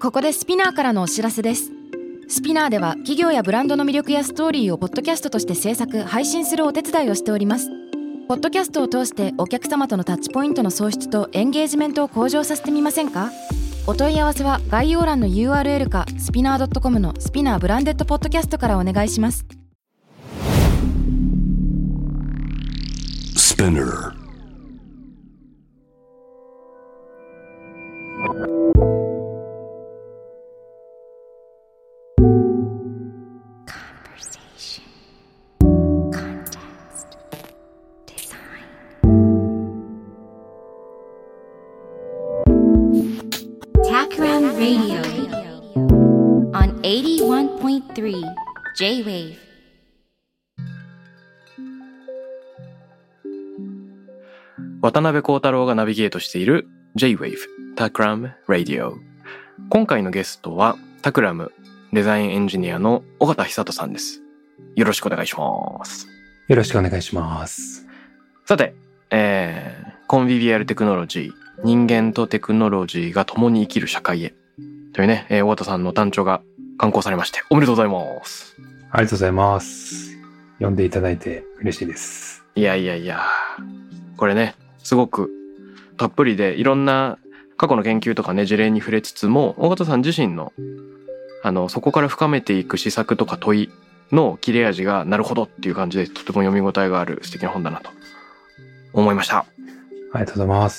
ここでスピナーからのお知らせです。スピナーでは企業やブランドの魅力やストーリーをポッドキャストとして制作・配信するお手伝いをしております。ポッドキャストを通してお客様とのタッチポイントの創出とエンゲージメントを向上させてみませんか？お問い合わせは概要欄の URL かスピナー .com のスピナーブランデッドポッドキャストからお願いします。 Spinner Radio on 81.3 J-Wave。 渡辺幸太郎がナビゲートしている J-Wave Takram Radio。 今回のゲストはタクラムデザインエンジニアの尾形久人さんです。よろしくお願いします。 よろしくお願いします。 さて、コンビビアルテクノロジー、人間とテクノロジーが共に生きる社会へというね、尾形さんの単調が刊行されましておめでとうございます。 ありがとうございます。読んでいただいて嬉しいです。 いやこれね、すごくたっぷりでいろんな過去の研究とかね、事例に触れつつも、尾形さん自身のそこから深めていく施策とか問いの切れ味がなるほどっていう感じで、とても読み応えがある素敵な本だなと思いました。 ありがとうございます。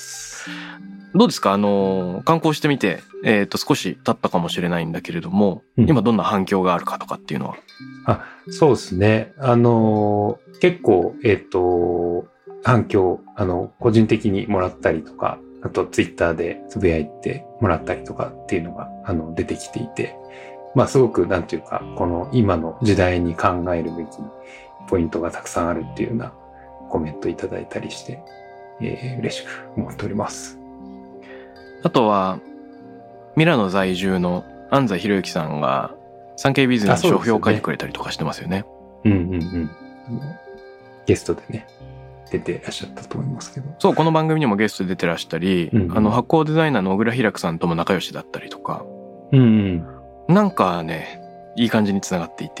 どうですか？刊行してみて、少し経ったかもしれないんだけれども、今どんな反響があるかとかっていうのは？ そうですね。結構、反響、個人的にもらったりとか、あとツイッターでつぶやいてもらったりとかっていうのが、出てきていて、すごく、なんていうか、この今の時代に考えるべきポイントがたくさんあるっていうようなコメントいただいたりして、嬉しく思っております。 あとは、ミラノ在住の安西博之さんが、産経ビズに書評を書いてくれたりとかしてますよね。 ゲストでね、出てらっしゃったと思いますけど。 そう、この番組にもゲストで出てらしたり、発行デザイナーの小倉平久さんとも仲良しだったりとか、なんかね、いい感じにつながっていて。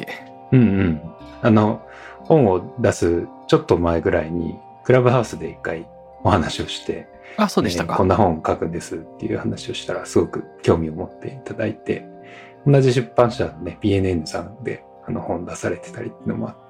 本を出すちょっと前ぐらいに、クラブハウスで一回お話をして、 そうでしたか。 こんな本書くんですっていう話をしたら、すごく興味を持っていただいて、同じ出版社のね、BNN さんで本出されてたりっていうのもあって、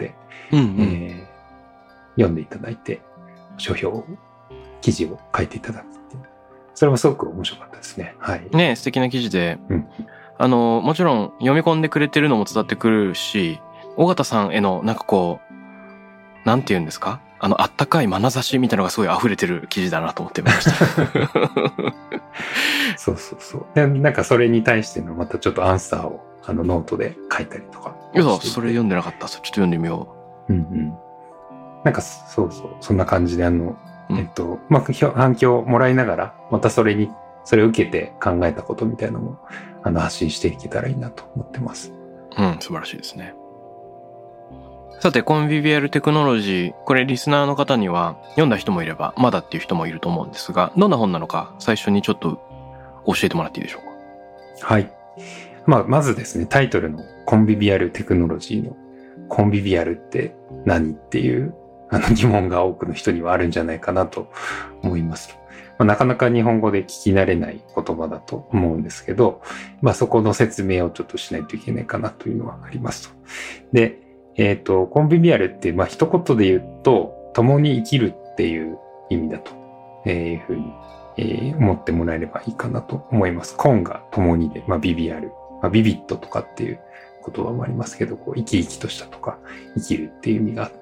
読んでいただいて、書評、記事を書いていただくっていう。それもすごく面白かったですね。はい。 ね、素敵な記事で、もちろん読み込んでくれてるのも伝わってくるし、尾形さんへのなんかこう、なんて言うんですか？あったかい眼差しみたいなのがすごい溢れてる記事だなと思ってました。 そう。で、なんかそれに対してのまたちょっとアンサーをノートで書いたりとか。 それ読んでなかった。ちょっと読んでみよう。なんかそんな感じで反響をもらいながら、またそれを受けて考えたことみたいなのも発信していけたらいいなと思ってます。 素晴らしいですね。さて、コンビビアルテクノロジー、これリスナーの方には読んだ人もいればまだっていう人もいると思うんですが、どんな本なのか最初にちょっと教えてもらっていいでしょうか？ はい。まずですね、タイトルのコンビビアルテクノロジーのコンビビアルって何っていう疑問が多くの人にはあるんじゃないかなと思います。なかなか日本語で聞き慣れない言葉だと思うんですけど、そこの説明をちょっとしないといけないかなというのはありますと。で、コンビビアルって一言で言うと、共に生きるっていう意味だというふうに、思ってもらえればいいかなと思います。コンが共にで、ビビアル、ビビットとかっていう言葉もありますけど、生き生きとしたとか、生きるっていう意味があって、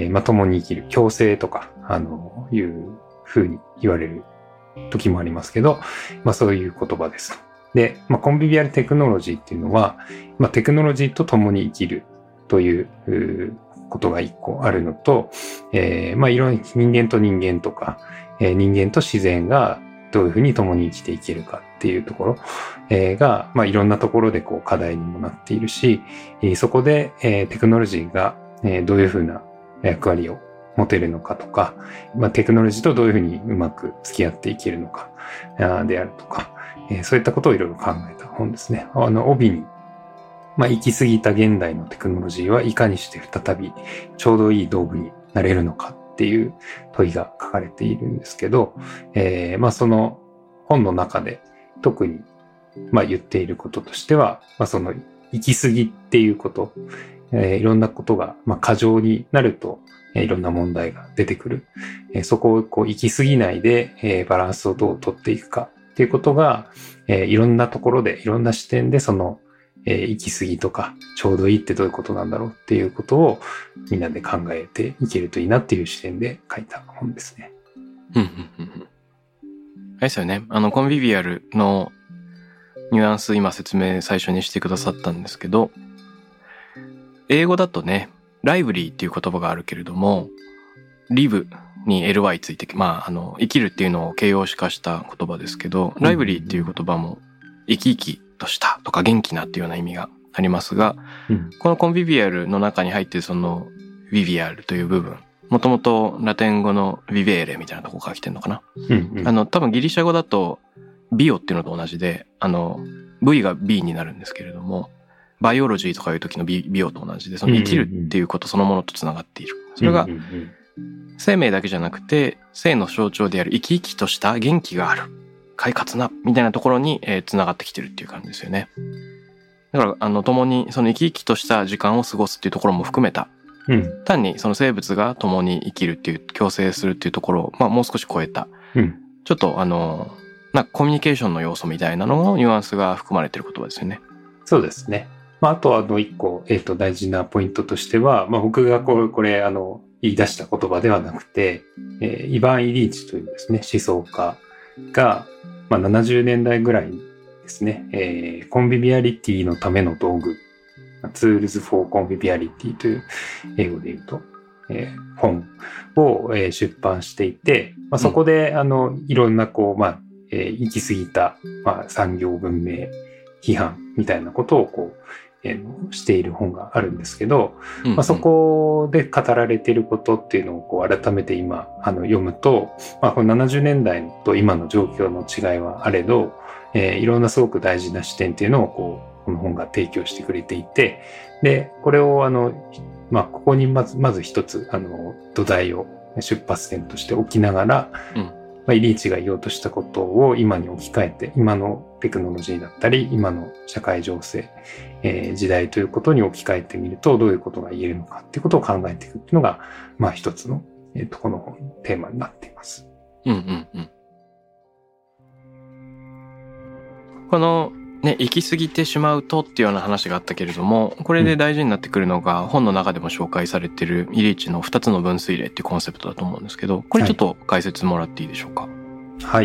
共に生きる、共生とか、いうふうに言われる時もありますけど、そういう言葉ですと。で、コンビビアルテクノロジーっていうのは、テクノロジーと共に生きるということが一個あるのと、いろいろ人間と人間とか、人間と自然がどういうふうに共に生きていけるかっていうところ、が、いろんなところで課題にもなっているし、そこで、テクノロジーが、どういうふうな役割を持てるのかとか、テクノロジーとどういうふうにうまく付き合っていけるのかであるとか、 そういったことをいろいろ考えた本ですね。帯に、行き過ぎた現代のテクノロジーはいかにして再びちょうどいい道具になれるのかっていう問いが書かれているんですけど、その本の中で特に言っていることとしては、その行き過ぎっていうこと、いろんなことが過剰になるといろんな問題が出てくる。そこを行き過ぎないでバランスをどう取っていくかっていうことが、いろんなところでいろんな視点でその行き過ぎとかちょうどいいってどういうことなんだろうっていうことをみんなで考えていけるといいなっていう視点で書いた本ですね。 あれですよね。コンビビアルのニュアンス今説明最初にしてくださったんですけど、英語だとね、ライブリーっていう言葉があるけれども、リブに ly ついて、生きるっていうのを形容詞化した言葉ですけど、ライブリーっていう言葉も生き生きとしたとか元気なっていうような意味がありますが、このコンビビアルの中に入っているそのビビアルという部分、もともとラテン語のビベーレみたいなとこから来てるのかな。多分ギリシャ語だとビオっていうのと同じで、V が B になるんですけれども、バイオロジーとかいう時のビオと同じで、その生きるっていうことそのものとつながっている。それが生命だけじゃなくて、生の象徴である生き生きとした元気がある、快活なみたいなところにつながってきてるっていう感じですよね。だから共にその生き生きとした時間を過ごすっていうところも含めた、単にその生物が共に生きるっていう共生するっていうところを、もう少し超えた、ちょっとコミュニケーションの要素みたいなののニュアンスが含まれてる言葉ですよね。 そうですね。あと一個、大事なポイントとしては、僕がこれ、言い出した言葉ではなくて、イヴァン・イリーチというですね、思想家が、70年代ぐらいにですね、コンビビアリティのための道具、Tools for Conviviality という英語で言うと、本を、出版していて、そこで、いろんな行き過ぎた、産業文明批判みたいなことをしている本があるんですけど、そこで語られていることっていうのを改めて今読むと、この70年代と今の状況の違いはあれど、いろんなすごく大事な視点っていうのをこの本が提供してくれていて、でこれをここにまず一つ土台を出発点として置きながら、イリーチが言おうとしたことを今に置き換えて、今のテクノロジーだったり、今の社会情勢、時代ということに置き換えてみると、どういうことが言えるのかっていうことを考えていくっていうのが、一つの、この本のテーマになっています。 このね、行き過ぎてしまうとっていうような話があったけれども、これで大事になってくるのが、本の中でも紹介されているイリーチの2つの分水嶺っていうコンセプトだと思うんですけど、これちょっと解説もらっていいでしょうか。 はい。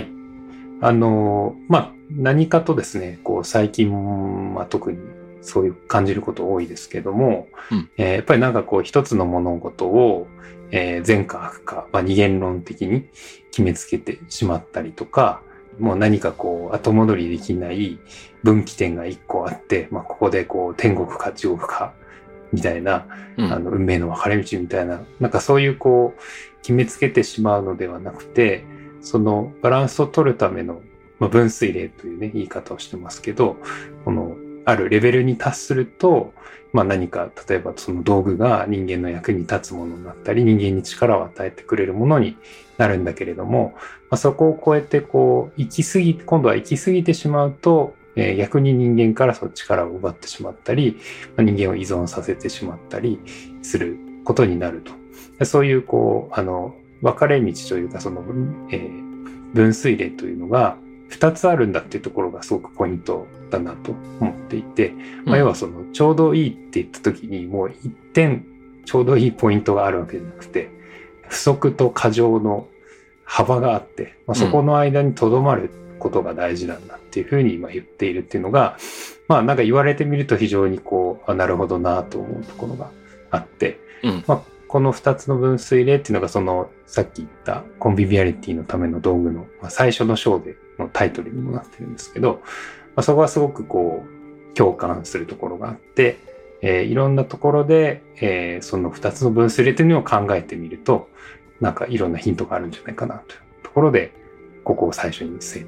何かとですね、最近は特にそういう感じること多いですけども、やっぱり一つの物事を、善か悪か、二元論的に決めつけてしまったりとか、もう何か後戻りできない分岐点が一個あって、ここで天国か地獄かみたいな、運命の分かれ道みたいな、そういう決めつけてしまうのではなくて、そのバランスを取るための、分水嶺というね、言い方をしてますけど、あるレベルに達すると、何か、例えばその道具が人間の役に立つものになったり、人間に力を与えてくれるものになるんだけれども、そこを超えて今度は行き過ぎてしまうと、逆に人間からその力を奪ってしまったり、人間を依存させてしまったりすることになると。そういう分かれ道というか、その、分水嶺というのが2つあるんだっていうところがすごくポイントだなと思っていて、要はそのちょうどいいって言った時にもう一点ちょうどいいポイントがあるわけじゃなくて、不足と過剰の幅があって、そこの間に留まることが大事なんだっていうふうに今言っているっていうのが、言われてみると非常になるほどなと思うところがあって、この2つの分水嶺っていうのがさっき言ったコンビビアリティのための道具の最初の章でのタイトルにもなってるんですけど、そこはすごく共感するところがあって、いろんなところで、その2つの分水嶺というのを考えてみると、いろんなヒントがあるんじゃないかなというところで、ここを最初に据えて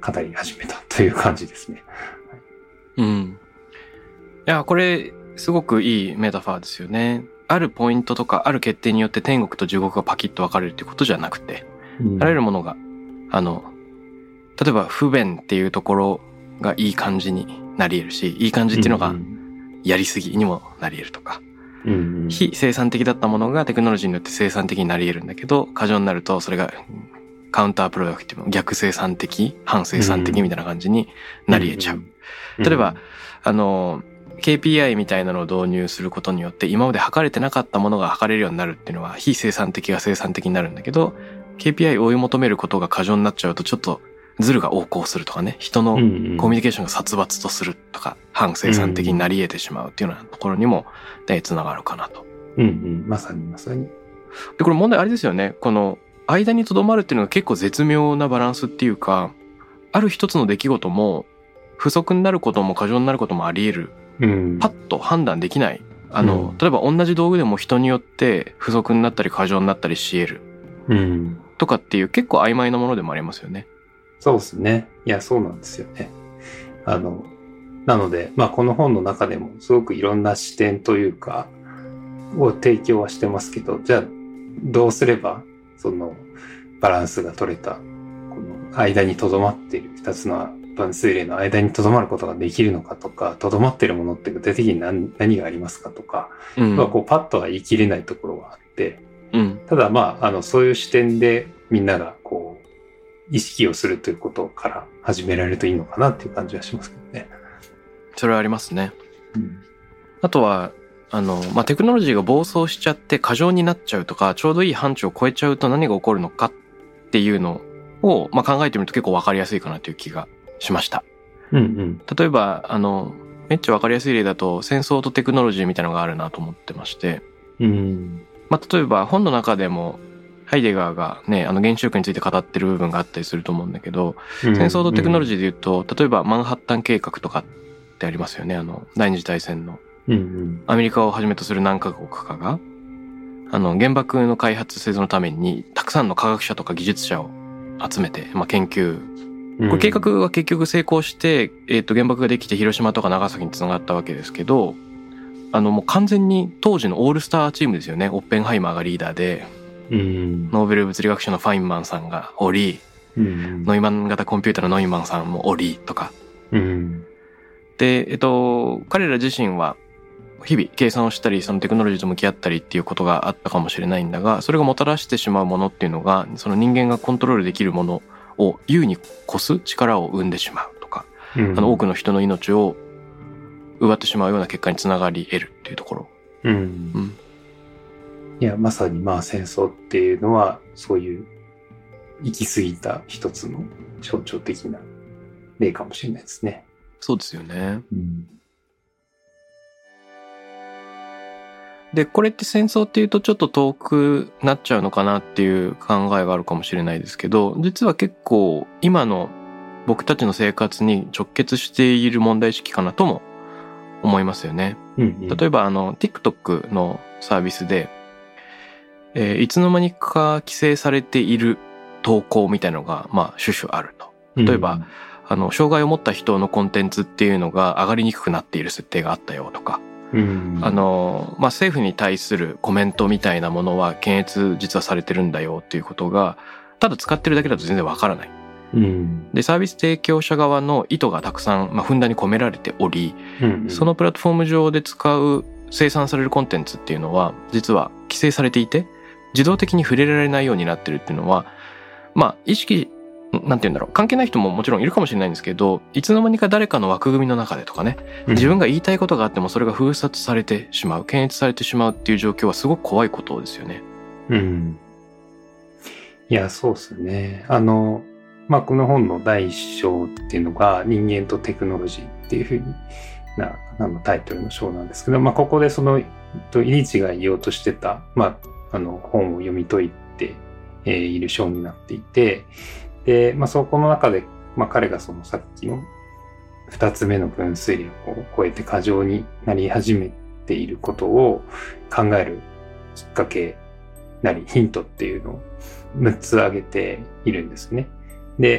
語り始めたという感じですね。 うん。いや、これ、すごくいいメタファーですよね。あるポイントとか、ある決定によって天国と地獄がパキッと分かれるっていうことじゃなくて、あらゆるものが、例えば不便っていうところがいい感じになり得るし、いい感じっていうのがやりすぎにもなり得るとか、非生産的だったものがテクノロジーによって生産的になり得るんだけど、過剰になるとそれがカウンタープロダクティブ、逆生産的、反生産的みたいな感じになり得ちゃう。例えば、KPI みたいなのを導入することによって今まで測れてなかったものが測れるようになるっていうのは非生産的が生産的になるんだけど、KPI を追い求めることが過剰になっちゃうとちょっとズルが横行するとかね、人のコミュニケーションが殺伐とするとか、反生産的になり得てしまうっていうようなところにもつながるかなと。 まさにまさに。 で、これ問題あれですよね。この間にとどまるっていうのが結構絶妙なバランスっていうか、ある一つの出来事も不足になることも過剰になることもあり得る。パッと判断できない。例えば同じ道具でも人によって不足になったり過剰になったりし得る。とかっていう結構曖昧なものでもありますよね。 そうですね。いや、そうなんですよね。なので、まあこの本の中でもすごくいろんな視点というか、を提供はしてますけど、じゃあどうすればそのバランスが取れた、この間に留まっている二つの分水嶺の間に留まることができるのかとか、留まっているものって具体的に何がありますかとか、こうパッとは言い切れないところはあって、ただまあ、そういう視点でみんながこう、意識をするということから始められるといいのかなっていう感じはしますけどね。 それはありますね。あとは、テクノロジーが暴走しちゃって過剰になっちゃうとか、ちょうどいい範疇を超えちゃうと何が起こるのかっていうのを、考えてみると結構わかりやすいかなという気がしました。例えば、めっちゃわかりやすい例だと、戦争とテクノロジーみたいなのがあるなと思ってまして、例えば本の中でも、ハイデガーがね、原子力について語ってる部分があったりすると思うんだけど、戦争とテクノロジーで言うと、例えばマンハッタン計画とかってありますよね。第二次大戦の。アメリカをはじめとする何カ国かが、原爆の開発製造のために、たくさんの科学者とか技術者を集めて、研究。これ計画は結局成功して、原爆ができて広島とか長崎に繋がったわけですけど、もう完全に当時のオールスターチームですよね。オッペンハイマーがリーダーで、ノーベル物理学賞のファインマンさんがおり、ノイマン型コンピューターのノイマンさんもおりとか。で、彼ら自身は日々計算をしたり、そのテクノロジーと向き合ったりっていうことがあったかもしれないんだが、それがもたらしてしまうものっていうのが、その人間がコントロールできるものを優に越す力を生んでしまうとか、多くの人の命を奪ってしまうような結果につながり得るっていうところ。 いや、まさに戦争っていうのは、そういう行き過ぎた一つの象徴的な例かもしれないですね。 そうですよね。で、これって戦争っていうとちょっと遠くなっちゃうのかなっていう考えがあるかもしれないですけど、実は結構今の僕たちの生活に直結している問題意識かなとも思いますよね。例えばTikTok のサービスで、いつの間にか規制されている投稿みたいなのが、種々あると。例えば、障害を持った人のコンテンツっていうのが上がりにくくなっている設定があったよとか、政府に対するコメントみたいなものは検閲実はされてるんだよっていうことが、ただ使ってるだけだと全然わからない。で、サービス提供者側の意図がたくさん、ふんだんに込められており、そのプラットフォーム上で使う生産されるコンテンツっていうのは、実は規制されていて、自動的に触れられないようになってるっていうのは、意識、なんて言うんだろう、関係ない人ももちろんいるかもしれないんですけど、いつの間にか誰かの枠組みの中でとかね、自分が言いたいことがあってもそれが封殺されてしまう、検閲されてしまうっていう状況はすごく怖いことですよね。 いや、そうですね。この本の第一章っていうのが人間とテクノロジーっていうふうにタイトルの章なんですけど、ここでその、イリーチが言おうとしてた、本を読み解いている章になっていて、で、そこの中で、彼がそのさっきの二つ目の分水嶺を超えて過剰になり始めていることを考えるきっかけなりヒントっていうのを6つ挙げているんですね。で、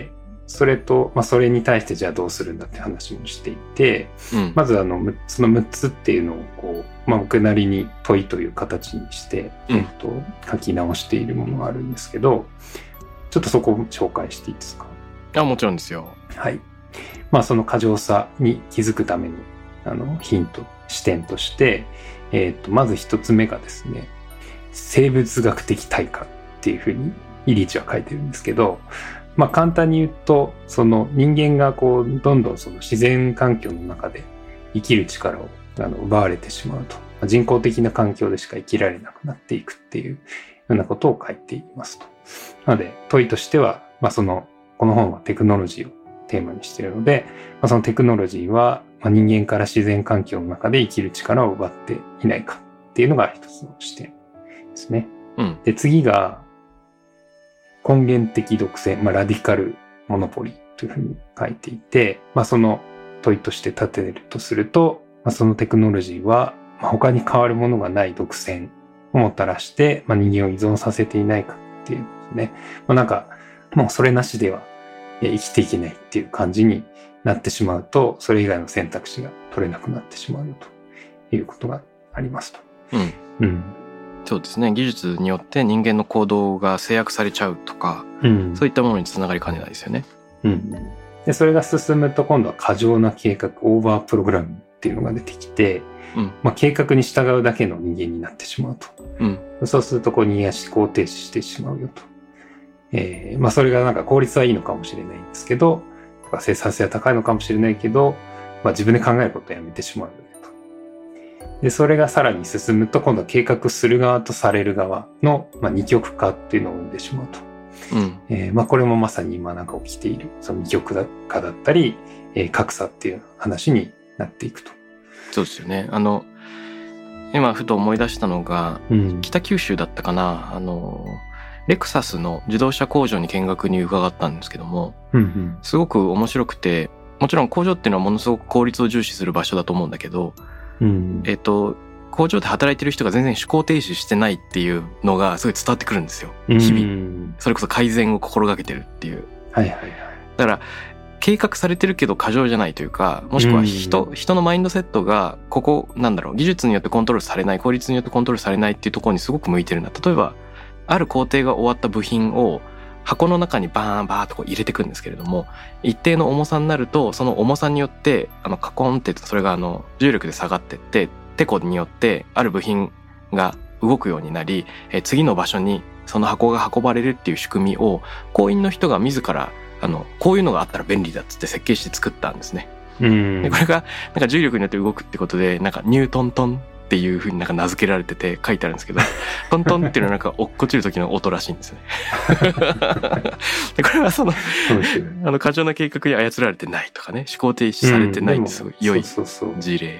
それと、それに対してじゃあどうするんだって話もしていて、まずその6つっていうのをこう、僕なりに問いという形にして、書き直しているものがあるんですけど、ちょっとそこを紹介していいですか？ もちろんですよ。 はい。その過剰さに気づくためのヒント、視点として、まず一つ目がですね、生物学的対価っていうふうにイリーチは書いてるんですけど、簡単に言うと、その人間がこう、どんどんその自然環境の中で生きる力を奪われてしまうと。人工的な環境でしか生きられなくなっていくっていうようなことを書いていますと。なので、問いとしては、この本はテクノロジーをテーマにしているので、そのテクノロジーは人間から自然環境の中で生きる力を奪っていないかっていうのが一つの視点ですね。で、次が根源的独占、ラディカルモノポリというふうに書いていて、その問いとして立てるとすると、そのテクノロジーは他に変わるものがない独占をもたらして、人間を依存させていないかっていうですね。もうそれなしでは生きていけないっていう感じになってしまうと、それ以外の選択肢が取れなくなってしまうよということがありますと。 そうですね。技術によって人間の行動が制約されちゃうとか、そういったものにつながりかねないですよね。 で、それが進むと今度は過剰な計画、オーバープログラムっていうのが出てきて、計画に従うだけの人間になってしまうと。そうすると人間は思考停止してしまうよと。それが効率はいいのかもしれないんですけど、生産性は高いのかもしれないけど、自分で考えることをやめてしまうよねと。で、それがさらに進むと、今度は計画する側とされる側の、二極化っていうのを生んでしまうと。これもまさに今起きている、その二極化だったり、格差っていう話になっていくと。 そうですよね。今ふと思い出したのが、北九州だったかな、レクサスの自動車工場に見学に伺ったんですけども、すごく面白くて、もちろん工場っていうのはものすごく効率を重視する場所だと思うんだけど、工場で働いてる人が全然思考停止してないっていうのがすごい伝わってくるんですよ。日々。それこそ改善を心がけてるっていう。だから、計画されてるけど過剰じゃないというか、もしくは人のマインドセットが、技術によってコントロールされない、効率によってコントロールされないっていうところにすごく向いてるんだ。例えば、ある工程が終わった部品を箱の中にバーっと入れていくんですけれども、一定の重さになると、その重さによって、カコンって、それが重力で下がってって、テコによってある部品が動くようになり、次の場所にその箱が運ばれるっていう仕組みを、工員の人が自ら、こういうのがあったら便利だっつって設計して作ったんですね。でこれが、重力によって動くってことで、ニュートントンっていう風に名付けられてて書いてあるんですけど、トントンっていうのは落っこちる時の音らしいんですね。でこれは過剰な計画に操られてないとかね、思考停止されてないんですごい良い事例。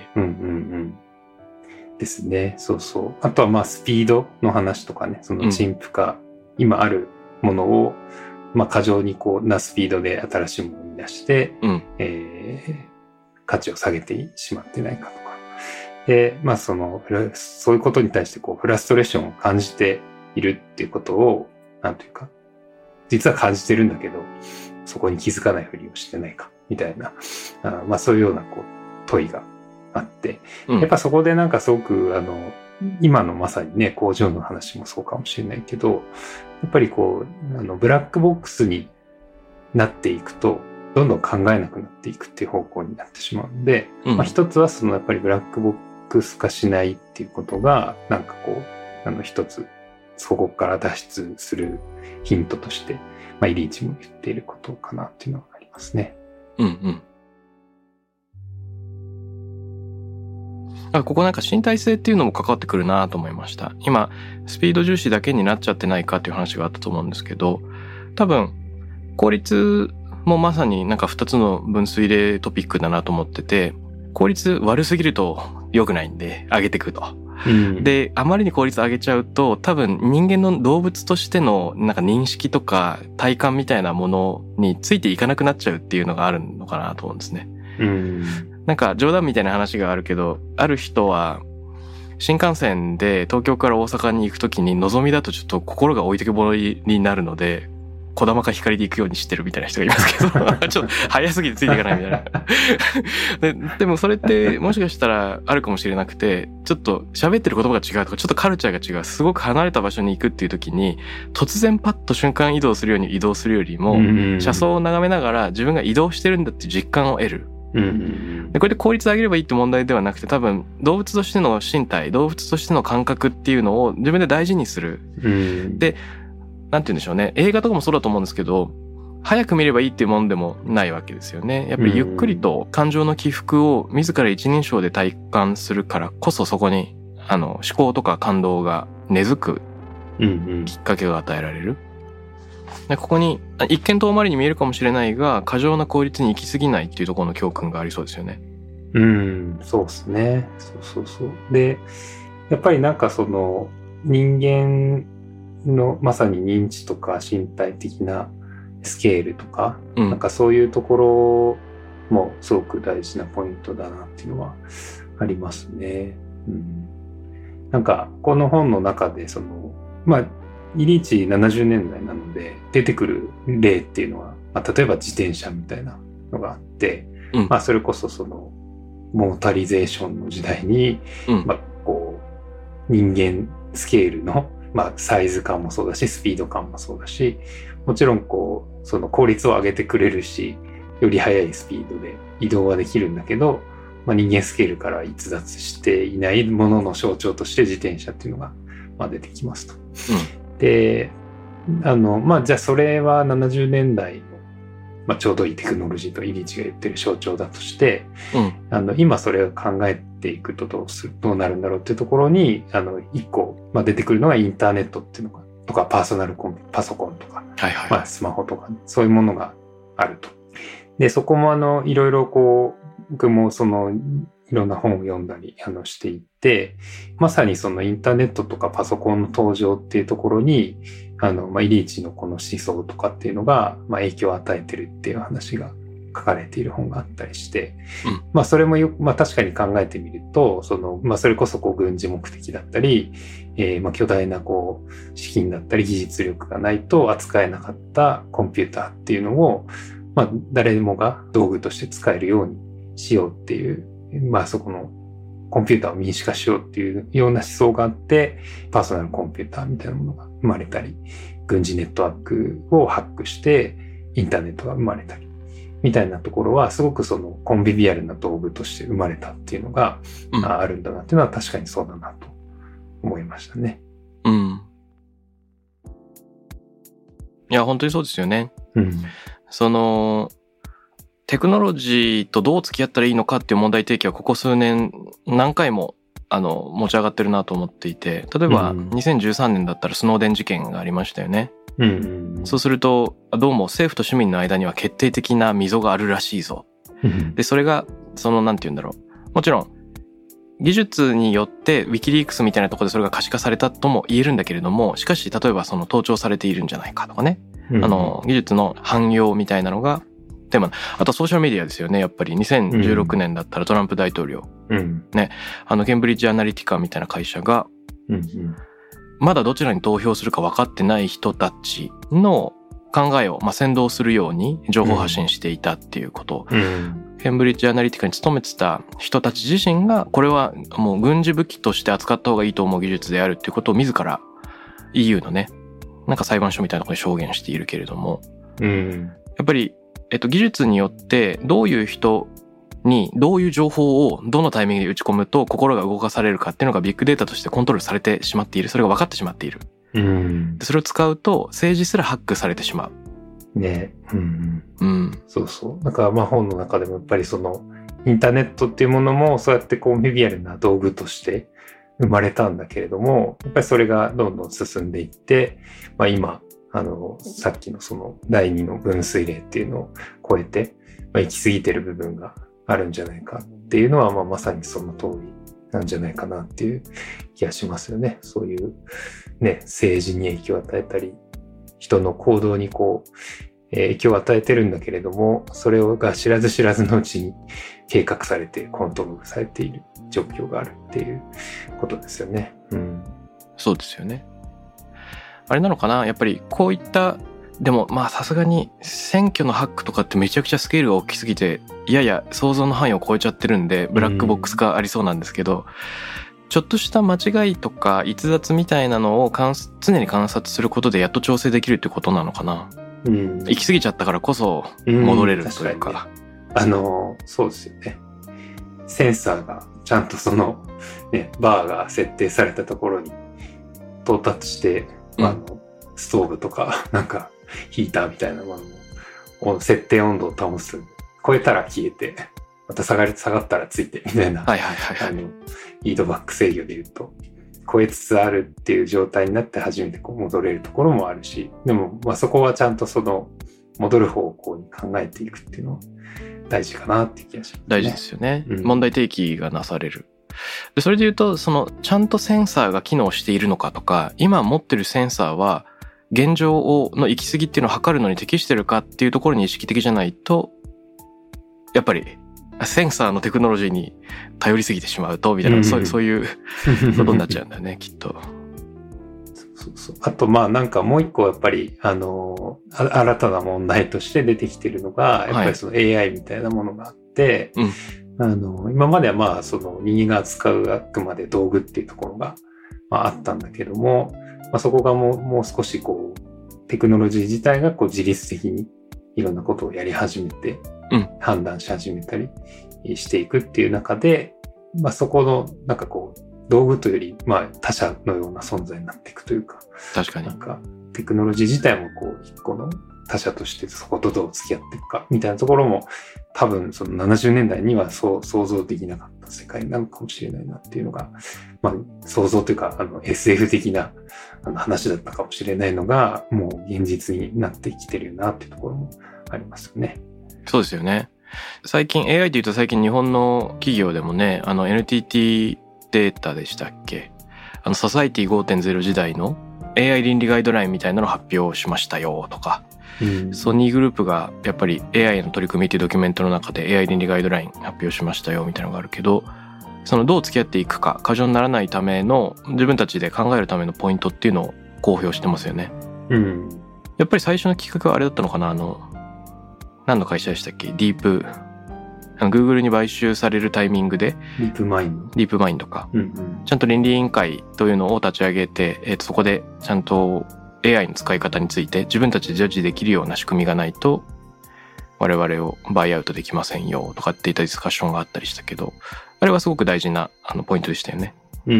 ですね。あとはスピードの話とかね、その陳腐化、今あるものを、過剰になスピードで新しいものを生み出して、価値を下げてしまってないかとか。で、そういうことに対してフラストレーションを感じているっていうことを、実は感じてるんだけど、そこに気づかないふりをしてないか、みたいな、そういうような問いがあって、やっぱそこですごく、今のまさにね、工場の話もそうかもしれないけど、やっぱりブラックボックスになっていくと、どんどん考えなくなっていくっていう方向になってしまうので、一つはやっぱりブラックボックス化しないっていうことが、一つ、そこから脱出するヒントとして、イリーチも言っていることかなっていうのがありますね。 ここ身体性っていうのも関わってくるなと思いました。今、スピード重視だけになっちゃってないかっていう話があったと思うんですけど、多分、効率もまさに2つの分水嶺トピックだなと思ってて、効率悪すぎると良くないんで、上げていくと。で、あまりに効率上げちゃうと、多分人間の動物としての認識とか体感みたいなものについていかなくなっちゃうっていうのがあるのかなと思うんですね。冗談みたいな話があるけど、ある人は新幹線で東京から大阪に行くときにのぞみだとちょっと心が置いてけぼりになるので、 小玉か光で行くようにしてるみたいな人がいますけどちょっと早すぎてついていかないみたいなでもそれってもしかしたらあるかもしれなくて、ちょっと喋ってる言葉が違うとか、ちょっとカルチャーが違う、すごく離れた場所に行くっていう時に突然パッと瞬間移動するように移動するよりも、車窓を眺めながら自分が移動してるんだっていう実感を得る。でこれで効率を上げればいいって問題ではなくて、多分動物としての身体、動物としての感覚っていうのを自分で大事にする。で、なんて言うんでしょうね、映画とかもそうだと思うんですけど、早く見ればいいっていうものでもないわけですよね。やっぱりゆっくりと感情の起伏を自ら一人称で体感するからこそ、そこに思考とか感動が根付くきっかけが与えられる。でここに一見遠回りに見えるかもしれないが、過剰な効率に行き過ぎないっていうところの教訓がありそうですよね。 そうですね。そう。で、やっぱりなんかその人間のまさに認知とか身体的なスケールとか、なんかそういうところもすごく大事なポイントだなっていうのはありますね。なんかこの本の中でそのイリーチ70年代なので出てくる例っていうのは、例えば自転車みたいなのがあって、それこそそのモータリゼーションの時代に、こう人間スケールのサイズ感もそうだし、スピード感もそうだし、もちろんこうその効率を上げてくれるし、より速いスピードで移動はできるんだけど、人間スケールから逸脱していないものの象徴として自転車っていうのが出てきますと。で、じゃあそれは70年代の、ちょうどいいテクノロジーとイリーチが言ってる象徴だとして、今それを考えていくとどうなるんだろうっていうところに、一個、出てくるのがインターネットっていうのが、とかパーソナルパソコンとか、スマホとか、そういうものがあると。で、そこもいろいろこう、僕もその、いろんな本を読んだりしていて、まさにそのインターネットとかパソコンの登場っていうところに、イリーチのこの思想とかっていうのが、影響を与えてるっていう話が書かれている本があったりして、それも確かに考えてみると、それこそこう軍事目的だったり、巨大なこう資金だったり技術力がないと扱えなかったコンピューターっていうのを、誰もが道具として使えるようにしようっていう、そこのコンピューターを民主化しようっていうような思想があって、パーソナルコンピューターみたいなものが生まれたり、軍事ネットワークをハックしてインターネットが生まれたり、みたいなところはすごくそのコンビビアルな道具として生まれたっていうのがあるんだなっていうのは確かにそうだなと思いましたね。 いや、本当にそうですよね。その、テクノロジーとどう付き合ったらいいのかっていう問題提起はここ数年何回も持ち上がってるなと思っていて、例えば2013年だったらスノーデン事件がありましたよね。そうするとどうも政府と市民の間には決定的な溝があるらしいぞ。でそれがなんて言うんだろう、もちろん技術によってウィキリークスみたいなところでそれが可視化されたとも言えるんだけれども、しかし例えば盗聴されているんじゃないかとかね、技術の汎用みたいなのがテーマ。あとソーシャルメディアですよね。やっぱり2016年だったらトランプ大統領、ね、ケンブリッジアナリティカみたいな会社が、まだどちらに投票するか分かってない人たちの考えを先導するように情報発信していたっていうこと、ケンブリッジアナリティカに勤めてた人たち自身がこれはもう軍事武器として扱った方がいいと思う技術であるっていうことを自ら EU のね、なんか裁判所みたいなところで証言しているけれども、やっぱり技術によってどういう人にどういう情報をどのタイミングで打ち込むと心が動かされるかっていうのがビッグデータとしてコントロールされてしまっている。それが分かってしまっている。それを使うと政治すらハックされてしまう。 ね。そうそう。だから本の中でもやっぱりインターネットっていうものもそうやってこうメディアルな道具として生まれたんだけれども、やっぱりそれがどんどん進んでいって、今さっきの第2の分水嶺っていうのを超えて、行き過ぎてる部分があるんじゃないかっていうのは、まさにその通りなんじゃないかなっていう気がしますよね。そういうね、政治に影響を与えたり、人の行動に影響を与えてるんだけれども、それが知らず知らずのうちに計画されてコントロールされている状況があるっていうことですよね。 そうですよね。あれなのかな、やっぱりこういったでもまあさすがに選挙のハックとかってめちゃくちゃスケールが大きすぎていやいや想像の範囲を超えちゃってるんでブラックボックスがありそうなんですけど、ちょっとした間違いとか逸脱みたいなのを常に観察することでやっと調整できるってことなのかな。行き過ぎちゃったからこそ戻れるというか、 そうですよね。センサーがちゃんとその、ね、バーが設定されたところに到達して、ストーブとかなんかヒーターみたいなものを設定温度を保つ。超えたら消えて、また下がったらついてみたいな、フィードバック制御で言うと、超えつつあるっていう状態になって初めてこう戻れるところもあるし、でもまあそこはちゃんとその戻る方向に考えていくっていうのは大事かなっていう気がしますね。 大事ですよね。問題提起がなされる。でそれで言うとそのちゃんとセンサーが機能しているのかとか、今持ってるセンサーは現状の行き過ぎっていうのを測るのに適してるかっていうところに意識的じゃないと、やっぱりセンサーのテクノロジーに頼りすぎてしまうとみたいな、そういうことになっちゃうんだよねきっと。 そうあとまあなんかもう一個やっぱり新たな問題として出てきてるのがやっぱりその AI みたいなものがあって、今まではまあその人間が使うあくまで道具っていうところがあったんだけども、そこがもう少しこうテクノロジー自体がこう自律的にいろんなことをやり始めて、判断し始めたりしていくっていう中で、そこのなんかこう道具というより他者のような存在になっていくというか、 確かになんかテクノロジー自体もこう一個の他者としてそことどう付き合っていくかみたいなところも多分その70年代には想像できなかった世界なのかもしれないなっていうのが、想像というかSF 的な話だったかもしれないのがもう現実になってきてるよなっていうところもありますよね。 そうですよね。最近 AI というと最近日本の企業でもね、NTT データでしたっけ、ソサイティ 5.0 時代の AI 倫理ガイドラインみたいなのを発表しましたよとか、ソニーグループがやっぱり AI の取り組みっていうドキュメントの中で AI 倫理ガイドライン発表しましたよみたいなのがあるけど、そのどう付き合っていくか、過剰にならないための自分たちで考えるためのポイントっていうのを公表してますよね。やっぱり最初のきっかけはあれだったのかな、何の会社でしたっけ、ディープGoogle に買収されるタイミングでディープマインドか、 ちゃんと倫理委員会というのを立ち上げて、そこでちゃんと AI の使い方について自分たちでジャッジできるような仕組みがないと我々をバイアウトできませんよとかっていったディスカッションがあったりしたけど、あれはすごく大事なポイントでしたよね。ど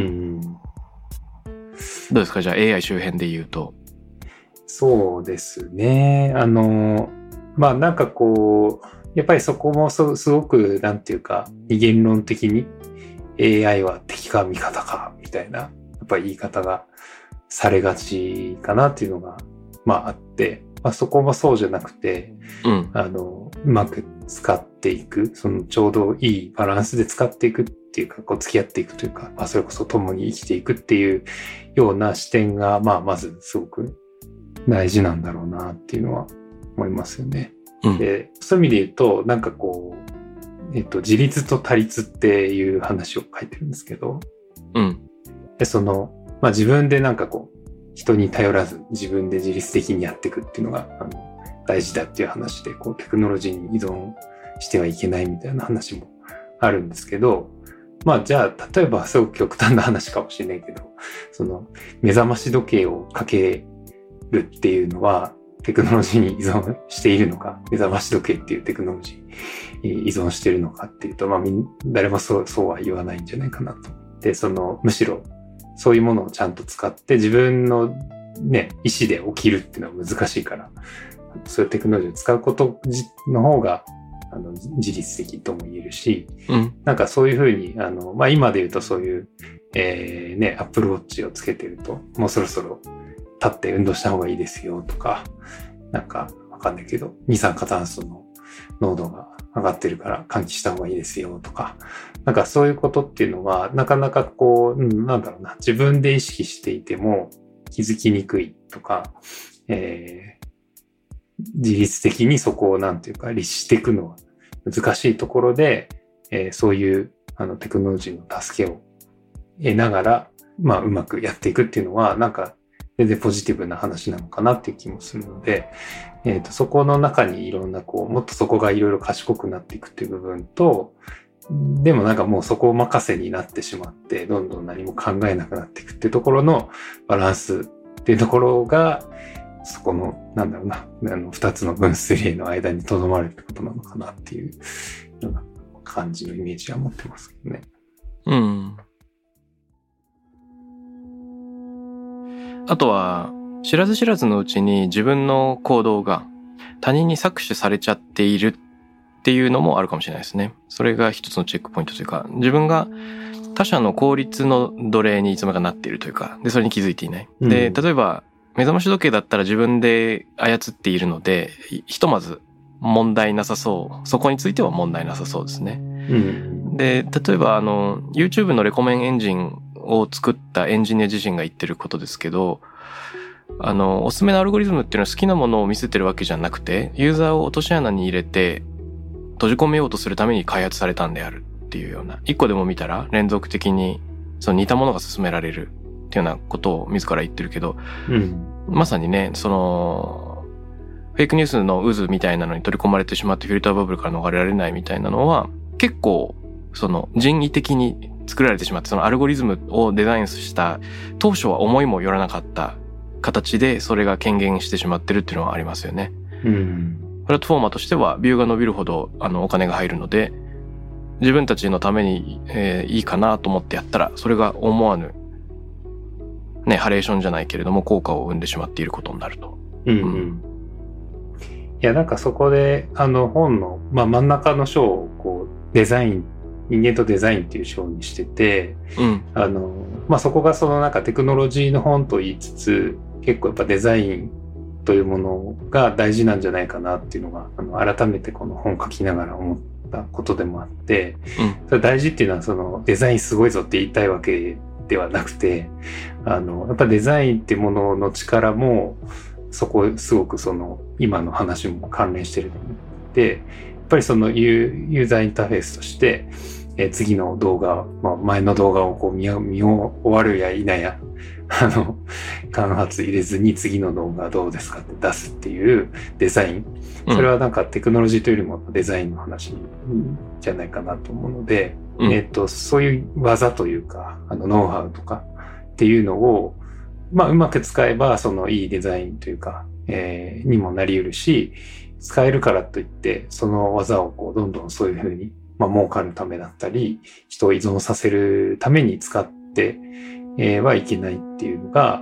うですか、じゃあ AI 周辺で言うと。 そうですね、なんかこうやっぱりそこもすごくなんていうか二元論的に AI は敵か味方かみたいなやっぱり言い方がされがちかなっていうのがあって、そこもそうじゃなくて、うまく使っていく、そのちょうどいいバランスで使っていくっていうか、こう付き合っていくというか、それこそ共に生きていくっていうような視点がまずすごく大事なんだろうなっていうのは思いますよね。で、そういう意味で言うと、なんかこう、自立と他立っていう話を書いてるんですけど、でその、自分でなんかこう、人に頼らず自分で自律的にやっていくっていうのが大事だっていう話で、こうテクノロジーに依存してはいけないみたいな話もあるんですけど、じゃあ例えばすごく極端な話かもしれないけど、その目覚まし時計をかけるっていうのはテクノロジーに依存しているのか、目覚まし時計っていうテクノロジーに依存しているのかっていうと、誰もそうは言わないんじゃないかなと。で、むしろそういうものをちゃんと使って自分のね、意思で起きるっていうのは難しいから、そういうテクノロジーを使うことの方が自律的とも言えるし、なんかそういうふうに今で言うとそういう、アップルウォッチをつけてるともうそろそろ立って運動した方がいいですよとか、なんかわかんないけど二酸化炭素の濃度が上がってるから換気した方がいいですよとか、なんかそういうことっていうのはなかなかこう、自分で意識していても気づきにくいとか、自律的にそこをなんていうか律していくのは難しいところで、そういうテクノロジーの助けを得ながら、うまくやっていくっていうのはなんか全然ポジティブな話なのかなっていう気もするので、そこの中にいろんなもっとそこがいろいろ賢くなっていくっていう部分と、でもなんかもうそこを任せになってしまって、どんどん何も考えなくなっていくっていうところのバランスっていうところが、そこの、二つの分水嶺の間に留まるってことなのかなっていうような感じのイメージは持ってますけどね。 うん。あとは、知らず知らずのうちに自分の行動が他人に搾取されちゃっているっていうのもあるかもしれないですね。それが一つのチェックポイントというか、自分が他者の効率の奴隷にいつもがなっているというか、で、それに気づいていない。で、例えば、目覚まし時計だったら自分で操っているので、ひとまず問題なさそう。そこについては問題なさそうですね。で、例えばYouTube のレコメンエンジンを作ったエンジニア自身が言ってることですけど、おすすめのアルゴリズムっていうのは好きなものを見せてるわけじゃなくて、ユーザーを落とし穴に入れて閉じ込めようとするために開発されたんであるっていうような、一個でも見たら連続的にその似たものが進められるっていうようなことを自ら言ってるけど、まさにね、そのフェイクニュースの渦みたいなのに取り込まれてしまってフィルターバブルから逃れられないみたいなのは結構その人為的に作られてしまって、そのアルゴリズムをデザインした当初は思いもよらなかった形でそれが権限してしまってるっていうのはありますよね。プラットフォーマーとしてはビューが伸びるほどお金が入るので、自分たちのために、いいかなと思ってやったら、それが思わぬね、ハレーションじゃないけれども効果を生んでしまっていることになると。 いや、なんかそこで本の、真ん中の章をデザイン、人間とデザインっていう章にしてて、そこがそのなんかテクノロジーの本と言いつつ、結構やっぱデザインというものが大事なんじゃないかなっていうのが、改めてこの本書きながら思ったことでもあって、それ大事っていうのはそのデザインすごいぞって言いたいわけではなくて、やっぱデザインってものの力も、そこすごくその今の話も関連してると思って、やっぱりそのユーザーインターフェースとして、次の動画、前の動画を見終わるや否や、間髪入れずに次の動画どうですかって出すっていうデザイン。それはなんかテクノロジーというよりもデザインの話じゃないかなと思うので、そういう技というか、ノウハウとかっていうのを、うまく使えば、そのいいデザインというか、にもなり得るし、使えるからといって、その技をどんどんそういうふうに、儲かるためだったり、人を依存させるために使ってはいけないっていうのが、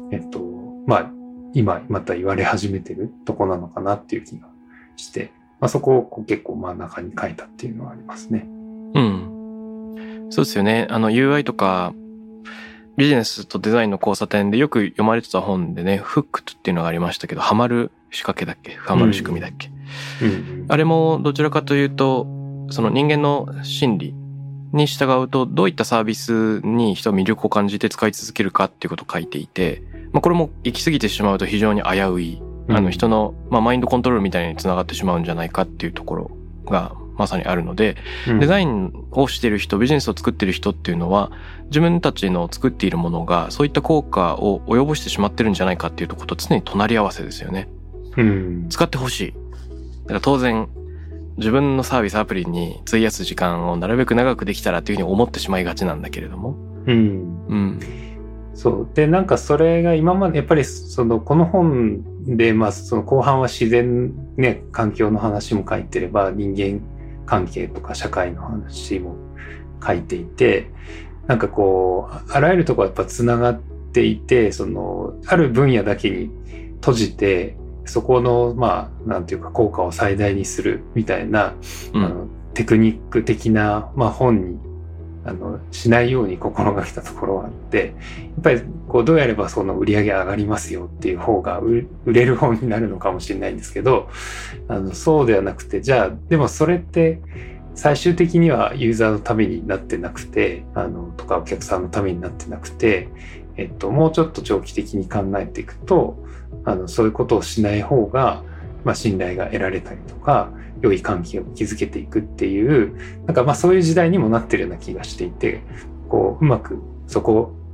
今また言われ始めてるとこなのかなっていう気がして、そこを結構真ん中に書いたっていうのはありますね。 そうですよね。UI とか、ビジネスとデザインの交差点でよく読まれてた本でね、フックっていうのがありましたけど、ハマる仕掛けだっけ？ハマる仕組みだっけ？あれもどちらかというと、その人間の心理に従うと、どういったサービスに人は魅力を感じて使い続けるかっていうことを書いていて、これも行き過ぎてしまうと非常に危うい、人の、マインドコントロールみたいにつながってしまうんじゃないかっていうところがまさにあるので、デザインをしている人、ビジネスを作っている人っていうのは、自分たちの作っているものがそういった効果を及ぼしてしまってるんじゃないかっていうところと常に隣り合わせですよね。使ってほしい。だから当然、自分のサービスアプリに費やす時間をなるべく長くできたらというふうに思ってしまいがちなんだけれども。 そう。で、なんかそれが今までやっぱりこの本で、その後半は自然ね、環境の話も書いてれば、人間関係とか社会の話も書いていて、なんかあらゆるところやっぱつながっていて、ある分野だけに閉じて、そこの、なんていうか効果を最大にするみたいな、テクニック的な、本に、しないように心がけたところがあって、やっぱり、どうやればその売り上げ上がりますよっていう方が売れる本になるのかもしれないんですけど、そうではなくて、じゃあ、でもそれって、最終的にはユーザーのためになってなくて、とかお客さんのためになってなくて、もうちょっと長期的に考えていくと、そういうことをしない方が、信頼が得られたりとか、良い関係を築けていくっていう、なんかそういう時代にもなってるような気がしていて、うまくそこ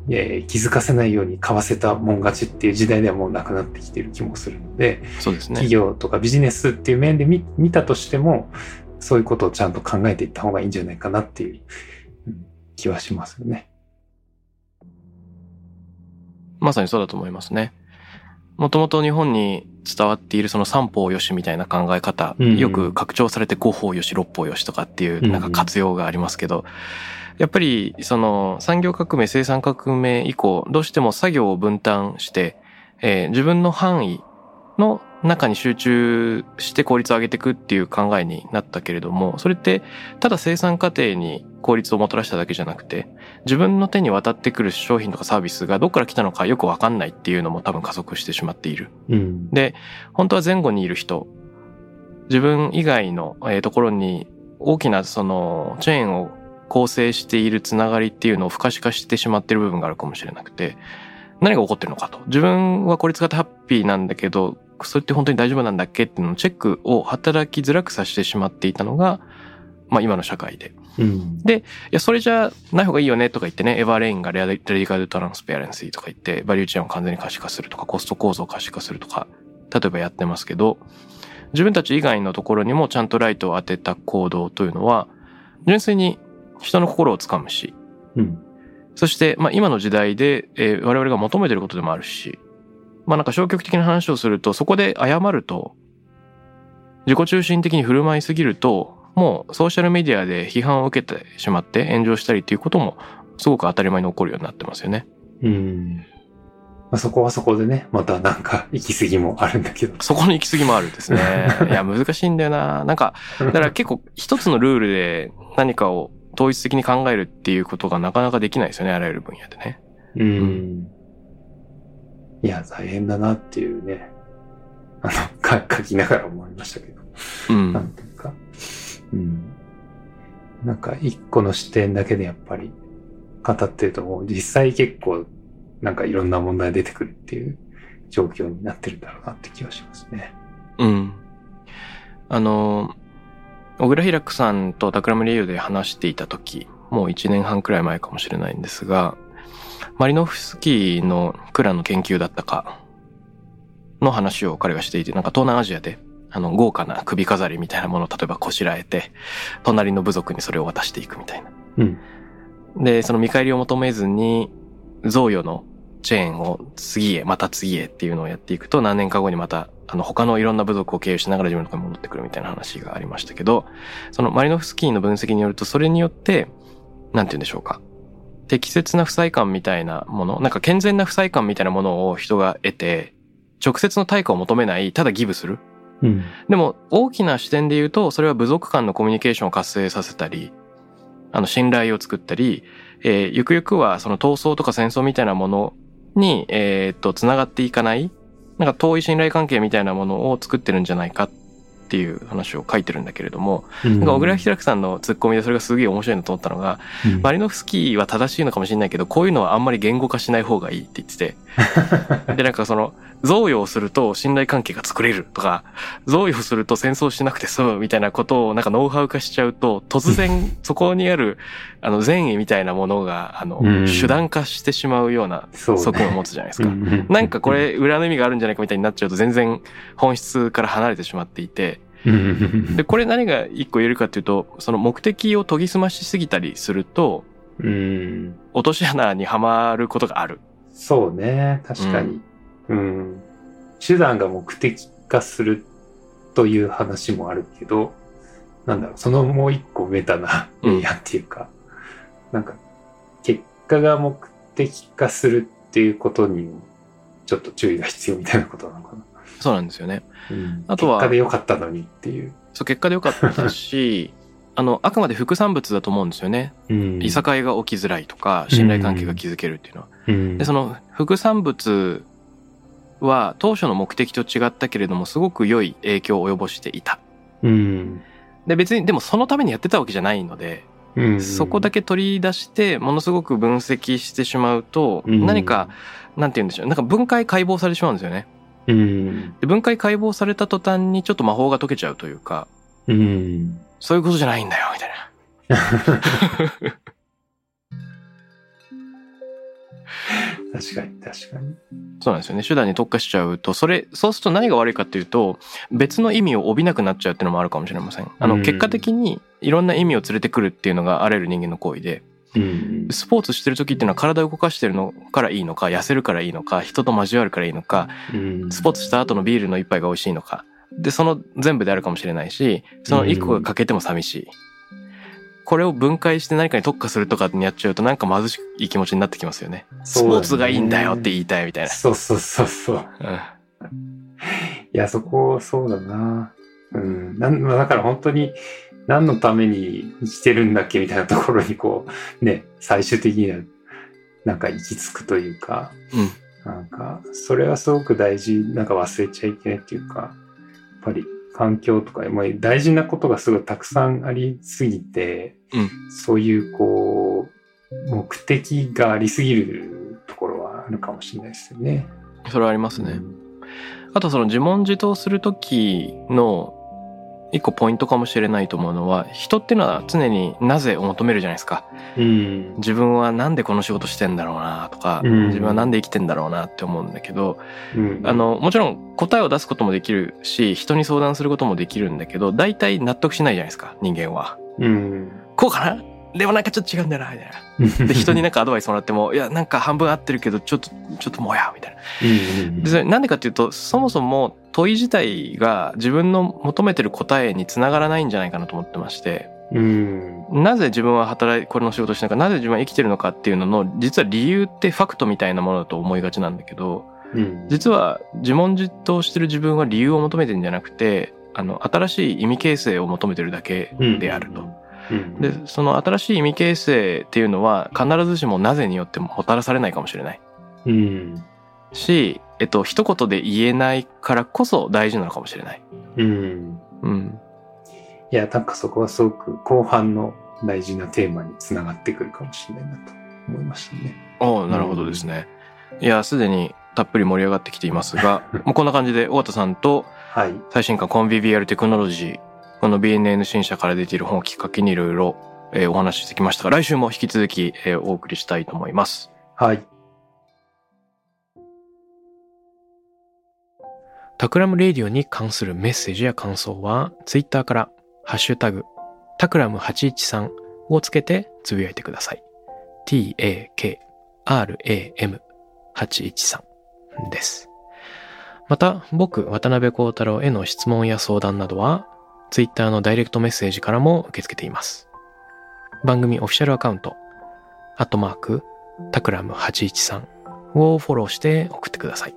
気づかせないように買わせたもん勝ちっていう時代ではもうなくなってきている気もするので、 そうですね。 企業とかビジネスっていう面で見たとしても、そういうことをちゃんと考えていった方がいいんじゃないかなっていう気はしますよね。 まさにそうだと思いますね。もともと日本に伝わっているその三方よしみたいな考え方、よく拡張されて五方よし六方よしとかっていうなんか活用がありますけど、やっぱりその産業革命生産革命以降どうしても作業を分担して、自分の範囲の中に集中して効率を上げていくっていう考えになったけれども、それってただ生産過程に効率をもたらしただけじゃなくて、自分の手に渡ってくる商品とかサービスがどっから来たのかよくわかんないっていうのも多分加速してしまっている。で、本当は前後にいる人、自分以外のところに大きなそのチェーンを構成しているつながりっていうのを不可視化してしまっている部分があるかもしれなくて、何が起こってるのかと。自分は効率型ハッピーなんだけど、それって本当に大丈夫なんだっけっていうのをチェックを働きづらくさせてしまっていたのが、今の社会で。で、いや、それじゃない方がいいよねとか言ってね、エヴァーレインがレディカルトランスペアレンシーとか言って、バリューチェーンを完全に可視化するとか、コスト構造を可視化するとか、例えばやってますけど、自分たち以外のところにもちゃんとライトを当てた行動というのは、純粋に人の心をつかむし、そして、今の時代で、我々が求めていることでもあるし、なんか消極的な話をすると、そこで誤ると、自己中心的に振る舞いすぎると、もうソーシャルメディアで批判を受けてしまって炎上したりっていうこともすごく当たり前に起こるようになってますよね。 そこはそこでね、またなんか行き過ぎもあるんだけど。 そこの行き過ぎもあるんですね。いや、難しいんだよな。なんか、だから結構一つのルールで何かを統一的に考えるっていうことがなかなかできないですよね、あらゆる分野でね。 いや、大変だなっていうね、書きながら思いましたけど。なんていうか、なんか一個の視点だけでやっぱり語ってるともう実際結構なんかいろんな問題出てくるっていう状況になってるんだろうなって気がしますね。 小倉ヒラクさんとタクラムレイユで話していた時、もう1年半くらい前かもしれないんですが、マリノフスキーの蔵の研究だったかの話を彼がしていて、なんか東南アジアで豪華な首飾りみたいなものを例えばこしらえて、隣の部族にそれを渡していくみたいな。で、その見返りを求めずに、贈与のチェーンを次へ、また次へっていうのをやっていくと、何年か後にまた、他のいろんな部族を経由しながら自分のところに戻ってくるみたいな話がありましたけど、そのマリノフスキーの分析によると、それによって、なんて言うんでしょうか。適切な負債感みたいなもの、なんか健全な負債感みたいなものを人が得て、直接の対価を求めない、ただギブする。でも大きな視点で言うと、それは部族間のコミュニケーションを活性させたり、信頼を作ったり、ゆくゆくはその闘争とか戦争みたいなものに、つながっていかない、なんか遠い信頼関係みたいなものを作ってるんじゃないかっていう話を書いてるんだけれども、なんか小倉ヒラクさんのツッコミでそれがすげえ面白いなと思ったのが、マリノフスキーは正しいのかもしれないけど、こういうのはあんまり言語化しない方がいいって言ってて、で、なんかその、贈与をすると信頼関係が作れるとか、贈与すると戦争しなくて済むみたいなことをなんかノウハウ化しちゃうと、突然そこにある善意みたいなものが手段化してしまうような側面を持つじゃないですか。なんかこれ裏の意味があるんじゃないかみたいになっちゃうと全然本質から離れてしまっていて、でこれ何が一個言えるかっていうと、その目的を研ぎ澄ましすぎたりすると、落とし穴にはまることがある。 そうね、確かに。手段が目的化するという話もあるけど、なんだろう、そのもう一個メタなエリアっていうか、なんか結果が目的化するっていうことにもちょっと注意が必要みたいなことなのかな。 そうなんですよね。あとは結果で良かったのにっていう。 そう、結果で良かったし、あくまで副産物だと思うんですよね。いさかいが起きづらいとか、信頼関係が築けるっていうのは。で、その副産物は当初の目的と違ったけれども、すごく良い影響を及ぼしていた。で、別に、でもそのためにやってたわけじゃないので、そこだけ取り出して、ものすごく分析してしまうと、何か、なんて言うんでしょう、なんか分解解剖されてしまうんですよね。で、分解解剖された途端にちょっと魔法が解けちゃうというか、そういうことじゃないんだよ、みたいな。 確かに。 そうなんですよね。手段に特化しちゃうと、そうすると何が悪いかっていうと、別の意味を帯びなくなっちゃうっていうのもあるかもしれません。結果的にいろんな意味を連れてくるっていうのがあらゆる人間の行為で、スポーツしてる時っていうのは体を動かしてるのからいいのか、痩せるからいいのか、人と交わるからいいのか、スポーツした後のビールの一杯が美味しいのか、でその全部であるかもしれないし、その一個が欠けても寂しい。これを分解して何かに特化するとかにやっちゃうと、なんか貧しい気持ちになってきますよね。スポーツがいいんだよって言いたいみたいな。 そう。いや、そこ、そうだな。だから本当に何のために生きてるんだっけみたいなところにこう、ね、最終的にはなんか行き着くというか、なんか、それはすごく大事、なんか忘れちゃいけないっていうか、やっぱり環境とか、もう大事なことがすごいたくさんありすぎて、そういうこう、目的がありすぎるところはあるかもしれないですよね。 それはありますね。あとその自問自答するときの一個ポイントかもしれないと思うのは、人っていうのは常になぜを求めるじゃないですか。自分はなんでこの仕事してんだろうなとか、自分はなんで生きてんだろうなって思うんだけど、もちろん答えを出すこともできるし、人に相談することもできるんだけど、大体納得しないじゃないですか、人間は。こうかな？でもなんかちょっと違うんだよなみたいな。で人になんかアドバイスもらっても、いやなんか半分合ってるけどちょっともやみたいな。でそれなんでかっていうと、そもそも問い自体が自分の求めてる答えにつながらないんじゃないかなと思ってまして、なぜ自分はこれの仕事をしないか、なぜ自分は生きてるのかっていうのの実は理由ってファクトみたいなものだと思いがちなんだけど、実は自問自答してる自分は理由を求めてるんじゃなくて、新しい意味形成を求めてるだけであると。でその新しい意味形成っていうのは必ずしもなぜによってももたらされないかもしれない、し、一言で言えないからこそ大事なのかもしれない。 いや、なんかそこはすごく後半の大事なテーマにつながってくるかもしれないなと思いましたね。 なるほどですね。いや、すでにたっぷり盛り上がってきていますがもうこんな感じで尾形さんと最新刊コンビビアルテクノロジー、この BNN 新社から出ている本をきっかけにいろいろお話ししてきましたが、来週も引き続きお送りしたいと思います。 はい。 タクラムレディオに関するメッセージや感想はツイッターからハッシュタグタクラム813をつけてつぶやいてください。 TAKRAM813 です。また僕渡辺幸太郎への質問や相談などはツイッターのダイレクトメッセージからも受け付けています。番組オフィシャルアカウント@タクラム813をフォローして送ってください。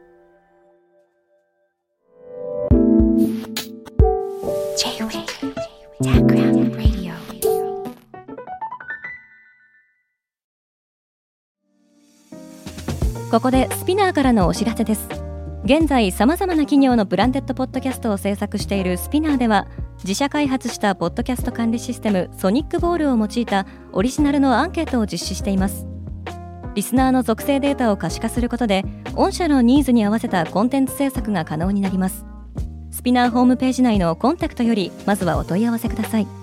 ここでスピナーからのお知らせです。現在様々な企業のブランデッドポッドキャストを制作しているスピナーでは、自社開発したポッドキャスト管理システムソニックボールを用いたオリジナルのアンケートを実施しています。リスナーの属性データを可視化することで、御社のニーズに合わせたコンテンツ制作が可能になります。スピナーホームページ内のコンタクトよりまずはお問い合わせください。